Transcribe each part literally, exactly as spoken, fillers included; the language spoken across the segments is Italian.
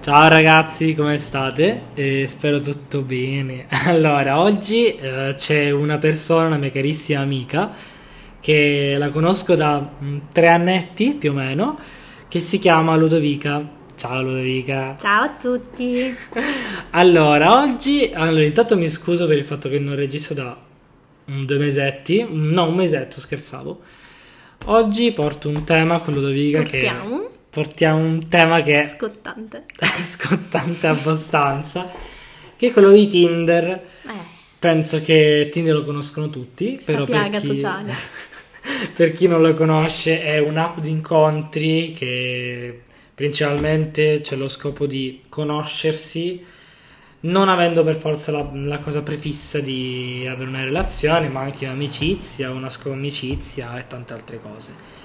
Ciao ragazzi, come state? Eh, spero tutto bene. Allora, oggi eh, c'è una persona, una mia carissima amica, che la conosco da mm, tre annetti più o meno, che si chiama Ludovica. Ciao Ludovica. Ciao a tutti. Allora, oggi, allora, intanto mi scuso per il fatto che non registro da mm, due mesetti, mm, no, un mesetto, scherzavo. Oggi porto un tema con Ludovica Portiamo? che... Portiamo un tema che è Scottante. scottante abbastanza, che è quello di Tinder. Eh, Penso che Tinder lo conoscono tutti, questa però piaga per chi, sociale. per chi non lo conosce è un'app di incontri che principalmente c'è lo scopo di conoscersi, non avendo per forza la, la cosa prefissa di avere una relazione, ma anche un'amicizia, una scomamicizia e tante altre cose.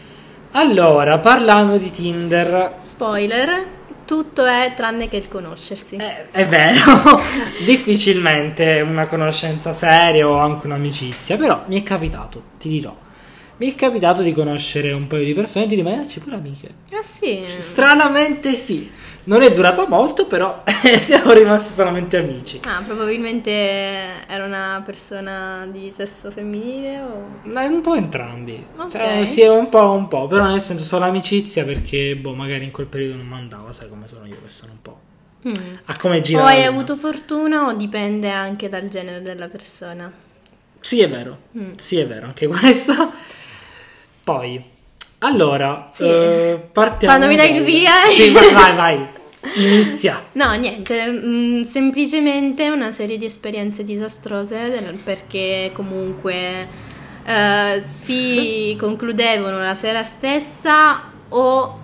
Allora, parlando di Tinder, Spoiler, tutto è tranne che il conoscersi. è, è vero, difficilmente una conoscenza seria o anche un'amicizia, però mi è capitato, ti dirò, mi è capitato di conoscere un paio di persone e di rimanerci pure amiche. Ah sì? Stranamente sì, non è durata molto, però siamo rimasti solamente amici. Ah, probabilmente era una persona di sesso femminile o... Ma un po' entrambi, Ok. cioè, sì, un po' un po', però nel senso solo amicizia perché, boh, magari in quel periodo non mandava, sai come sono io che sono un po'... Mm. A come O gira hai la luna. avuto fortuna o dipende anche dal genere della persona? Sì, è vero, Mm. sì, è vero, anche questo. Poi, allora, Sì. eh, partiamo. Quando mi dai il dal- via. Sì, vai, vai, vai. Inizia. No, niente, mm, semplicemente una serie di esperienze disastrose del- perché comunque eh, si concludevano la sera stessa o...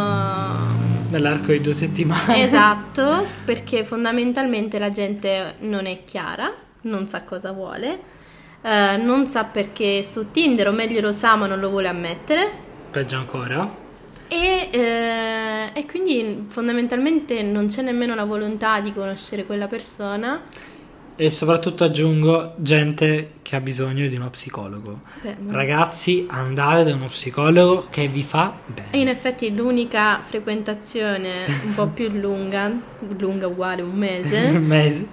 eh, Nell'arco di due settimane. esatto, perché fondamentalmente la gente non è chiara, non sa cosa vuole, eh, non sa perché su Tinder, o meglio lo sa ma non lo vuole ammettere. Peggio ancora. E, eh, e quindi fondamentalmente non c'è nemmeno la volontà di conoscere quella persona. E soprattutto aggiungo gente che ha bisogno di uno psicologo. Beh, Ragazzi, andate da uno psicologo che vi fa e bene. in effetti l'unica frequentazione un po' più lunga, lunga uguale un mese, Un mese.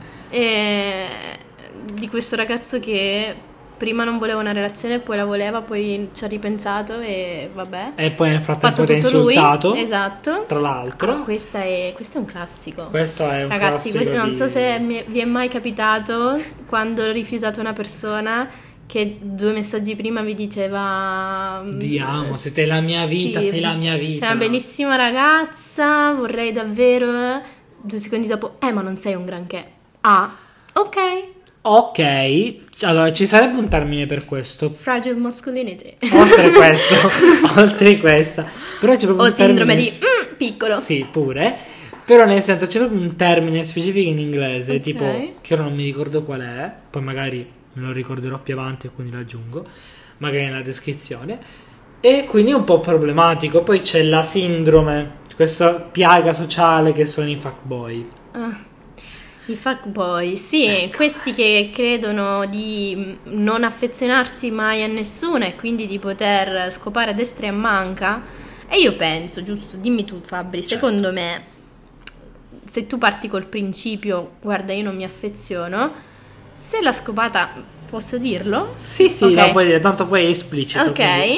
è di questo ragazzo che prima non voleva una relazione, poi la voleva, poi ci ha ripensato e vabbè. E poi nel frattempo Fatto ti ha tutto lui, insultato. esatto. Tra l'altro. Ah, questa è, questo è un classico. Questo è un Ragazzi, classico que- non di- so se mi- vi è mai capitato quando rifiutate una persona che due messaggi prima vi diceva Ti amo, eh, siete la mia vita, sì, sei la mia sei vita. una bellissima ragazza, vorrei davvero... Due secondi dopo, eh ma non sei un granché. Ah, ok. Ok, allora ci sarebbe un termine per questo. Fragile masculinity. Oltre questo, oltre questa, però c'è proprio O un termine. sindrome di mm, piccolo. Sì, pure. Però nel senso c'è proprio un termine specifico in inglese, Ok. tipo che ora non mi ricordo qual è, poi magari me lo ricorderò più avanti e quindi lo aggiungo, magari nella descrizione. E quindi è un po' problematico. Poi c'è la sindrome, questa piaga sociale che sono i fuckboy. Ah, i fuckboy, sì, questi che credono di mm, non affezionarsi mai a nessuno e quindi di poter scopare a destra e a manca. E io penso, giusto, dimmi tu Fabri, Certo. secondo me, se tu parti col principio, guarda, io non mi affeziono, se la scopata, posso dirlo? Sì, sì, Ok. no, puoi dire, tanto poi è esplicito. Ok, quindi-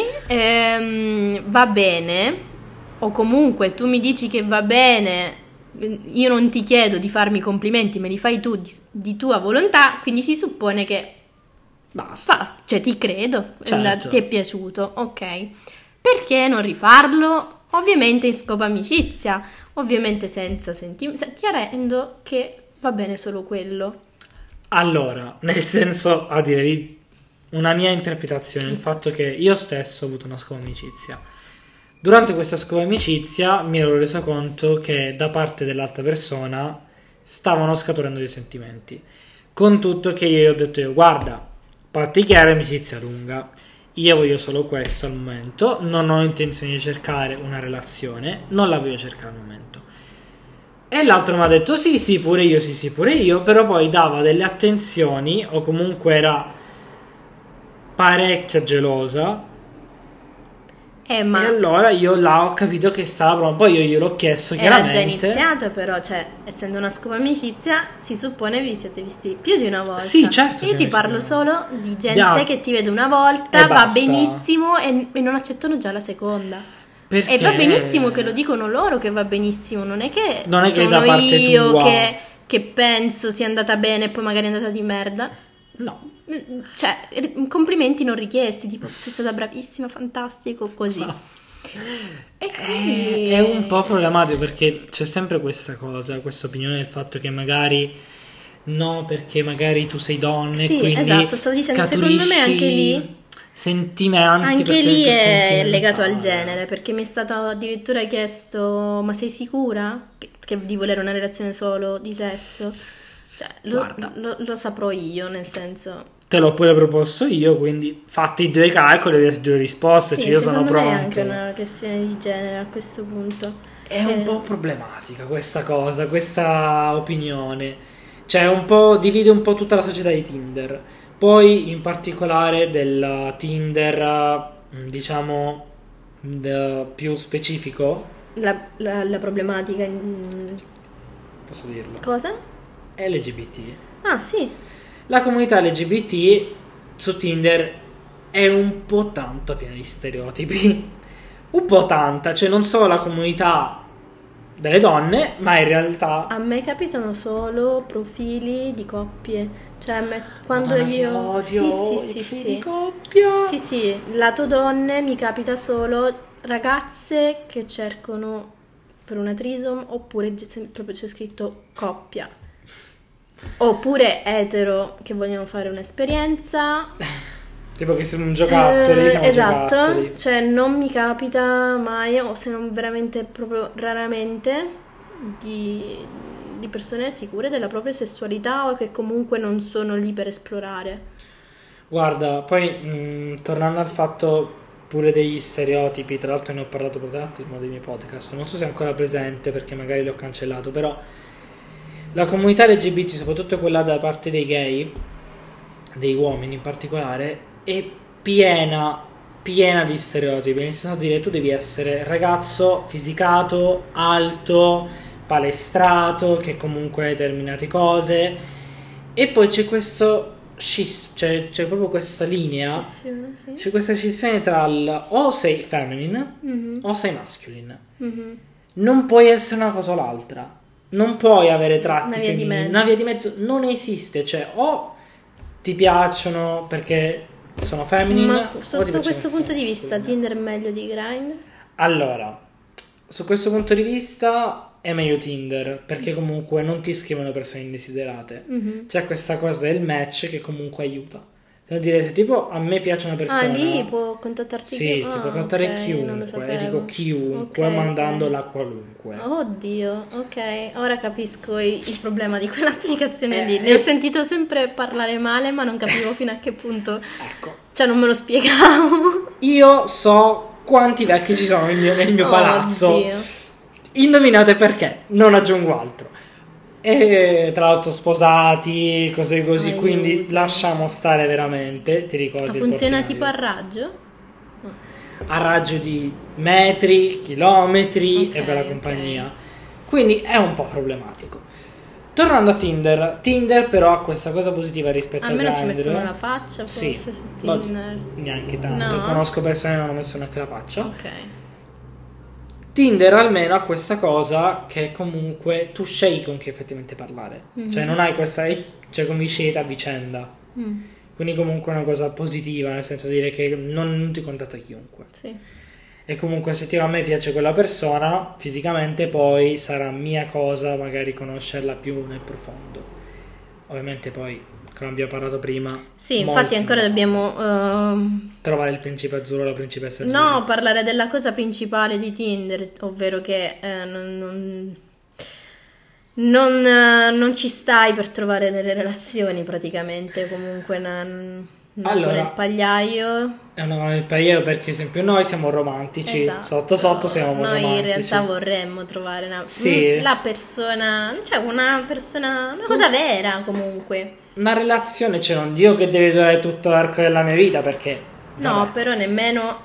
ehm, va bene, o comunque tu mi dici che va bene, io non ti chiedo di farmi complimenti, me li fai tu di, di tua volontà, quindi si suppone che Basta. basta, cioè ti credo, Certo. ti è piaciuto, ok. Perché non rifarlo? Ovviamente in scopo amicizia, ovviamente senza sentimenti, chiarendo che va bene solo quello. Allora, nel senso, a dire una mia interpretazione, il fatto che io stesso ho avuto una scomamicizia. Durante questa scomamicizia mi ero reso conto che da parte dell'altra persona stavano scaturendo dei sentimenti. Con tutto che io ho detto io, guarda, parti chiara, amicizia lunga. Io voglio solo questo al momento, non ho intenzione di cercare una relazione, non la voglio cercare al momento. E l'altro mi ha detto sì, sì, pure io, sì, sì, pure io, però poi dava delle attenzioni o comunque era parecchio gelosa Eh, ma E allora io là ho capito che stava pronto. Poi io gliel'ho chiesto era chiaramente. già iniziata, però, cioè, essendo una scopa amicizia, si suppone vi siete visti più di una volta. Sì, certo, Io ce ti ne parlo siamo. solo di gente Già. che ti vede una volta, E va basta. benissimo e, e non accettano già la seconda. Perché E va benissimo che lo dicono loro che va benissimo, non è che Non è che sono da parte io tua. che, che penso sia andata bene e poi magari è andata di merda. No. Cioè, r- complimenti non richiesti, tipo sei stata bravissima, fantastico, così. No. E quindi È, è un po' problematico perché c'è sempre questa cosa, questa opinione del fatto che magari no, perché magari tu sei donna Sì, e quindi esatto, stavo dicendo, secondo me anche lì sentimenti Anche perché lì per è legato al sentimentale. genere, perché mi è stato addirittura chiesto: ma sei sicura che, che di volere una relazione solo di sesso? Cioè, lo, Guarda. lo- lo saprò io, nel senso. Te l'ho pure proposto io, quindi fatti i due calcoli e le due risposte, Sì, cioè io sono secondo me è pronto. anche una questione di genere a questo punto. È un Eh, po' problematica questa cosa, questa opinione. Cioè, un po' divide un po' tutta la società di Tinder. Poi, in particolare, del Tinder, mh, diciamo, d- più specifico, la, la- la problematica in... posso dirlo, Cosa? L G B T. Ah, sì. La comunità L G B T su Tinder è un po' tanto piena di stereotipi. Un po' tanta, cioè non solo la comunità delle donne, ma in realtà A me capitano solo profili di coppie. Cioè, a me, quando Madonna, che io... odio Sì, sì, i sì, profili sì. di coppia. Sì, sì, lato donne mi capita solo ragazze che cercano per una trisom oppure ge- se- proprio c'è scritto coppia. Oppure etero che vogliono fare un'esperienza. Tipo che siamo un giocattoli, Eh, siamo esatto, giocattoli. cioè non mi capita mai, o se non veramente proprio raramente, di, di persone sicure della propria sessualità o che comunque non sono lì per esplorare. Guarda, poi mh, tornando al fatto pure degli stereotipi, tra l'altro ne ho parlato per l'altro in uno dei miei podcast, non so se è ancora presente perché magari l'ho cancellato, però la comunità L G B T, soprattutto quella da parte dei gay, dei uomini in particolare, è piena, piena di stereotipi, nel senso di dire tu devi essere ragazzo fisicato, alto, palestrato, che comunque ha determinate cose, e poi c'è questo scis- c'è, c'è proprio questa linea, Scissione, sì. c'è questa scissione tra il o sei feminine Mhm, o sei masculine. mhm. Non puoi essere una cosa o l'altra. Non puoi avere tratti Una via di femminili. mezzo. Una via di mezzo non esiste. Cioè, o ti piacciono perché sono femminine, Ma o ti sotto piacciono questo perché punto di sono vista mascoline. Tinder è meglio di Grindr? Allora, su questo punto di vista è meglio Tinder, perché comunque non ti scrivono persone indesiderate. Mhm. C'è questa cosa del match che comunque aiuta. Devo dire, se tipo a me piace una persona... Ah, lì può contattarti Sì, chi- ti può ah, contattare ok, non lo chiunque, e sapevo. dico chiunque, Ok, ok. mandandola qualunque. Oddio, ok, ora capisco i- il problema di quell'applicazione Eh, lì. Ne eh. ho sentito sempre parlare male, ma non capivo fino a che punto. Ecco. Cioè, non me lo spiegavo. Io so quanti vecchi ci sono nel mio, nel mio palazzo. Oddio. Indovinate perché? Non aggiungo altro. E tra l'altro sposati, cose così, Aiuto. quindi lasciamo stare veramente. Ti ricordi? Ma il funziona portinaio? tipo a raggio? A raggio di metri, chilometri Ok, e bella ok. compagnia. Quindi è un po' problematico. Tornando a Tinder, Tinder però ha questa cosa positiva rispetto Almeno a ci Grindr. mettono la faccia, Sì, forse, su ma Tinder. neanche tanto. No? Conosco persone che non hanno messo neanche la faccia. Ok. Tinder almeno ha questa cosa che comunque tu scegli con chi effettivamente parlare. Mhm. Cioè non hai questa... cioè come vi scegliete a vicenda. Mm, Quindi comunque è una cosa positiva, nel senso di dire che non, non ti contatta chiunque. sì. E comunque se tipo a me piace quella persona, fisicamente poi sarà mia cosa magari conoscerla più nel profondo. Ovviamente poi, come abbiamo parlato prima... Sì, molti infatti ancora non dobbiamo fanno. Trovare il principe azzurro o la principessa azzurra. no, parlare della cosa principale di Tinder, ovvero che eh, non, non, non, eh, non ci stai per trovare delle relazioni praticamente, comunque non, non Allora, pure il pagliaio. È una mano del paio perché, ad esempio, noi siamo romantici. Esatto. Sotto sotto siamo Noi romantici. in realtà vorremmo trovare una, Sì. la persona, cioè una persona, una cosa vera comunque. Una relazione, cioè non dico che deve durare tutto l'arco della mia vita perché... No, vabbè. però nemmeno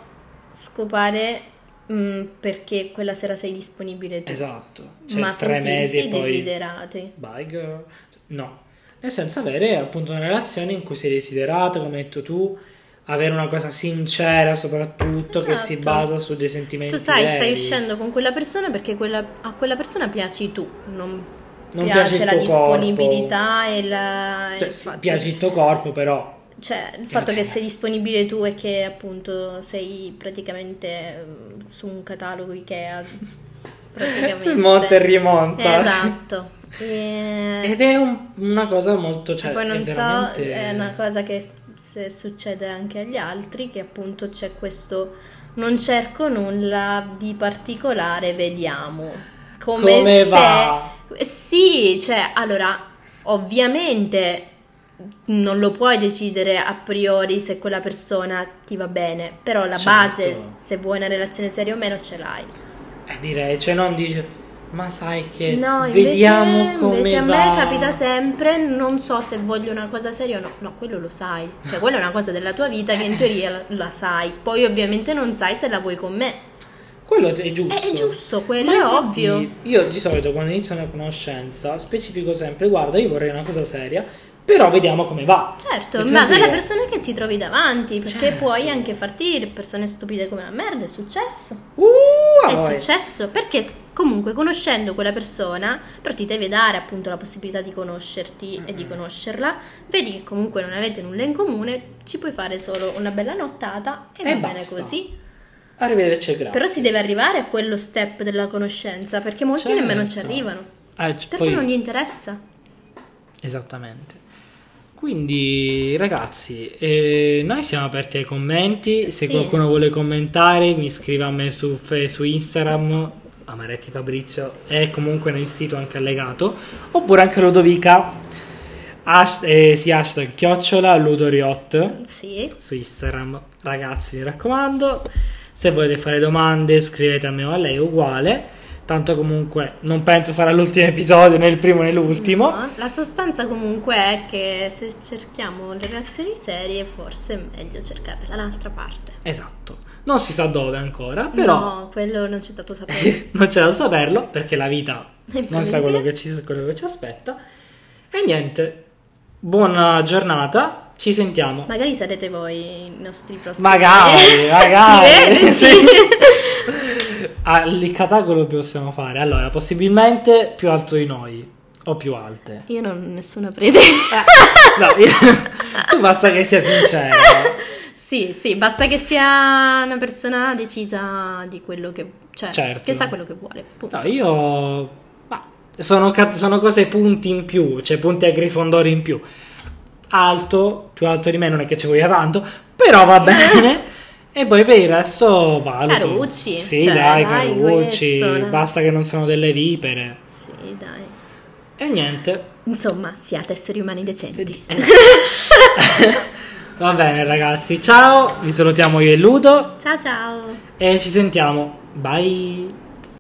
scopare mh, perché quella sera sei disponibile tu. Esatto. Cioè, Ma tre mesi e sentirsi poi desiderati. bye girl. No. Nel senso avere appunto una relazione in cui sei desiderato, come hai detto tu, avere una cosa sincera soprattutto, che si Esatto. basa su dei sentimenti Tu sai, stai veri. uscendo con quella persona perché quella- a quella persona piaci tu, non, Non piace, piace il la tuo disponibilità e la, Cioè, il sì, fatto, piace il tuo corpo, però cioè, il fatto piace. che sei disponibile tu e che appunto sei praticamente mm, su un catalogo Ikea. Praticamente. smonta e rimonta. Esatto. E... Ed è un- una cosa molto, E cioè, poi non è so, veramente... è una cosa che s- se succede anche agli altri, che appunto c'è questo non cerco nulla di particolare, vediamo. Come, Come se... va? Sì, cioè, allora, ovviamente non lo puoi decidere a priori se quella persona ti va bene, però la Certo. base, se vuoi una relazione seria o meno, ce l'hai. Eh, direi, cioè non dice... Ma sai che No, invece, vediamo come invece a va. me capita sempre, non so se voglio una cosa seria o no, no, quello lo sai, cioè quella è una cosa della tua vita che in teoria la, la sai, poi ovviamente non sai se la vuoi con me, Quello è giusto. è, è giusto, quello Ma è infatti, ovvio. Io di solito quando inizio una conoscenza specifico sempre, guarda, io vorrei una cosa seria, però vediamo come va. Certo, Nel in base senso alla che- persona che ti trovi davanti, perché Certo. puoi anche farti persone stupide come la merda, è successo. Uh, È poi. successo perché s- comunque conoscendo quella persona, però ti deve dare appunto la possibilità di conoscerti e di conoscerla, vedi che comunque non avete nulla in comune, ci puoi fare solo una bella nottata e, E va bene basta. così. Arrivederci, grazie. Però si deve arrivare a quello step della conoscenza perché molti Certo. nemmeno ci arrivano Eh, c- perché poi- non gli interessa. Esattamente. Quindi ragazzi, eh, noi siamo aperti ai commenti. Se Sì. qualcuno vuole commentare, mi scrive a me su, fe- su Instagram, Amaretti Fabrizio, e comunque nel sito anche allegato, oppure anche Ludovica, hash- eh, sì, hashtag chiocciola Ludoriot Sì. su Instagram. Ragazzi, mi raccomando, se volete fare domande scrivete a me o a lei, uguale. Tanto comunque non penso sarà l'ultimo episodio, né il primo né l'ultimo. No, la sostanza comunque è che se cerchiamo le relazioni serie forse è meglio cercarle dall'altra parte. Esatto. Non si sa dove ancora, però No, quello non c'è dato sapere. non c'è da saperlo perché la vita È non sa quello che, ci, quello che ci aspetta. E niente, buona giornata, ci sentiamo. Magari sarete voi i nostri prossimi. Magari, magari. Scriveteci. Sì. Ah, il catalogo lo possiamo fare. Allora, possibilmente più alto di noi o più alte. Io non ho nessuna pretesa. No, io- tu basta che sia sincero. Sì, sì, basta che sia una persona decisa di quello che, cioè, Certo. che sa quello che vuole. punto. No, io ma sono, ca- sono cose punti in più, cioè punti a Grifondoro in più. Alto, più alto di me non è che ci voglia tanto, però va bene. E poi per il resto valuto. Carucci, Sì, cioè, dai, dai, carucci. questo, no? Basta che non sono delle vipere. Sì, dai. E niente. Insomma, siate esseri umani decenti. Va bene ragazzi, ciao, vi salutiamo io e Ludo Ciao ciao. e ci sentiamo. Bye.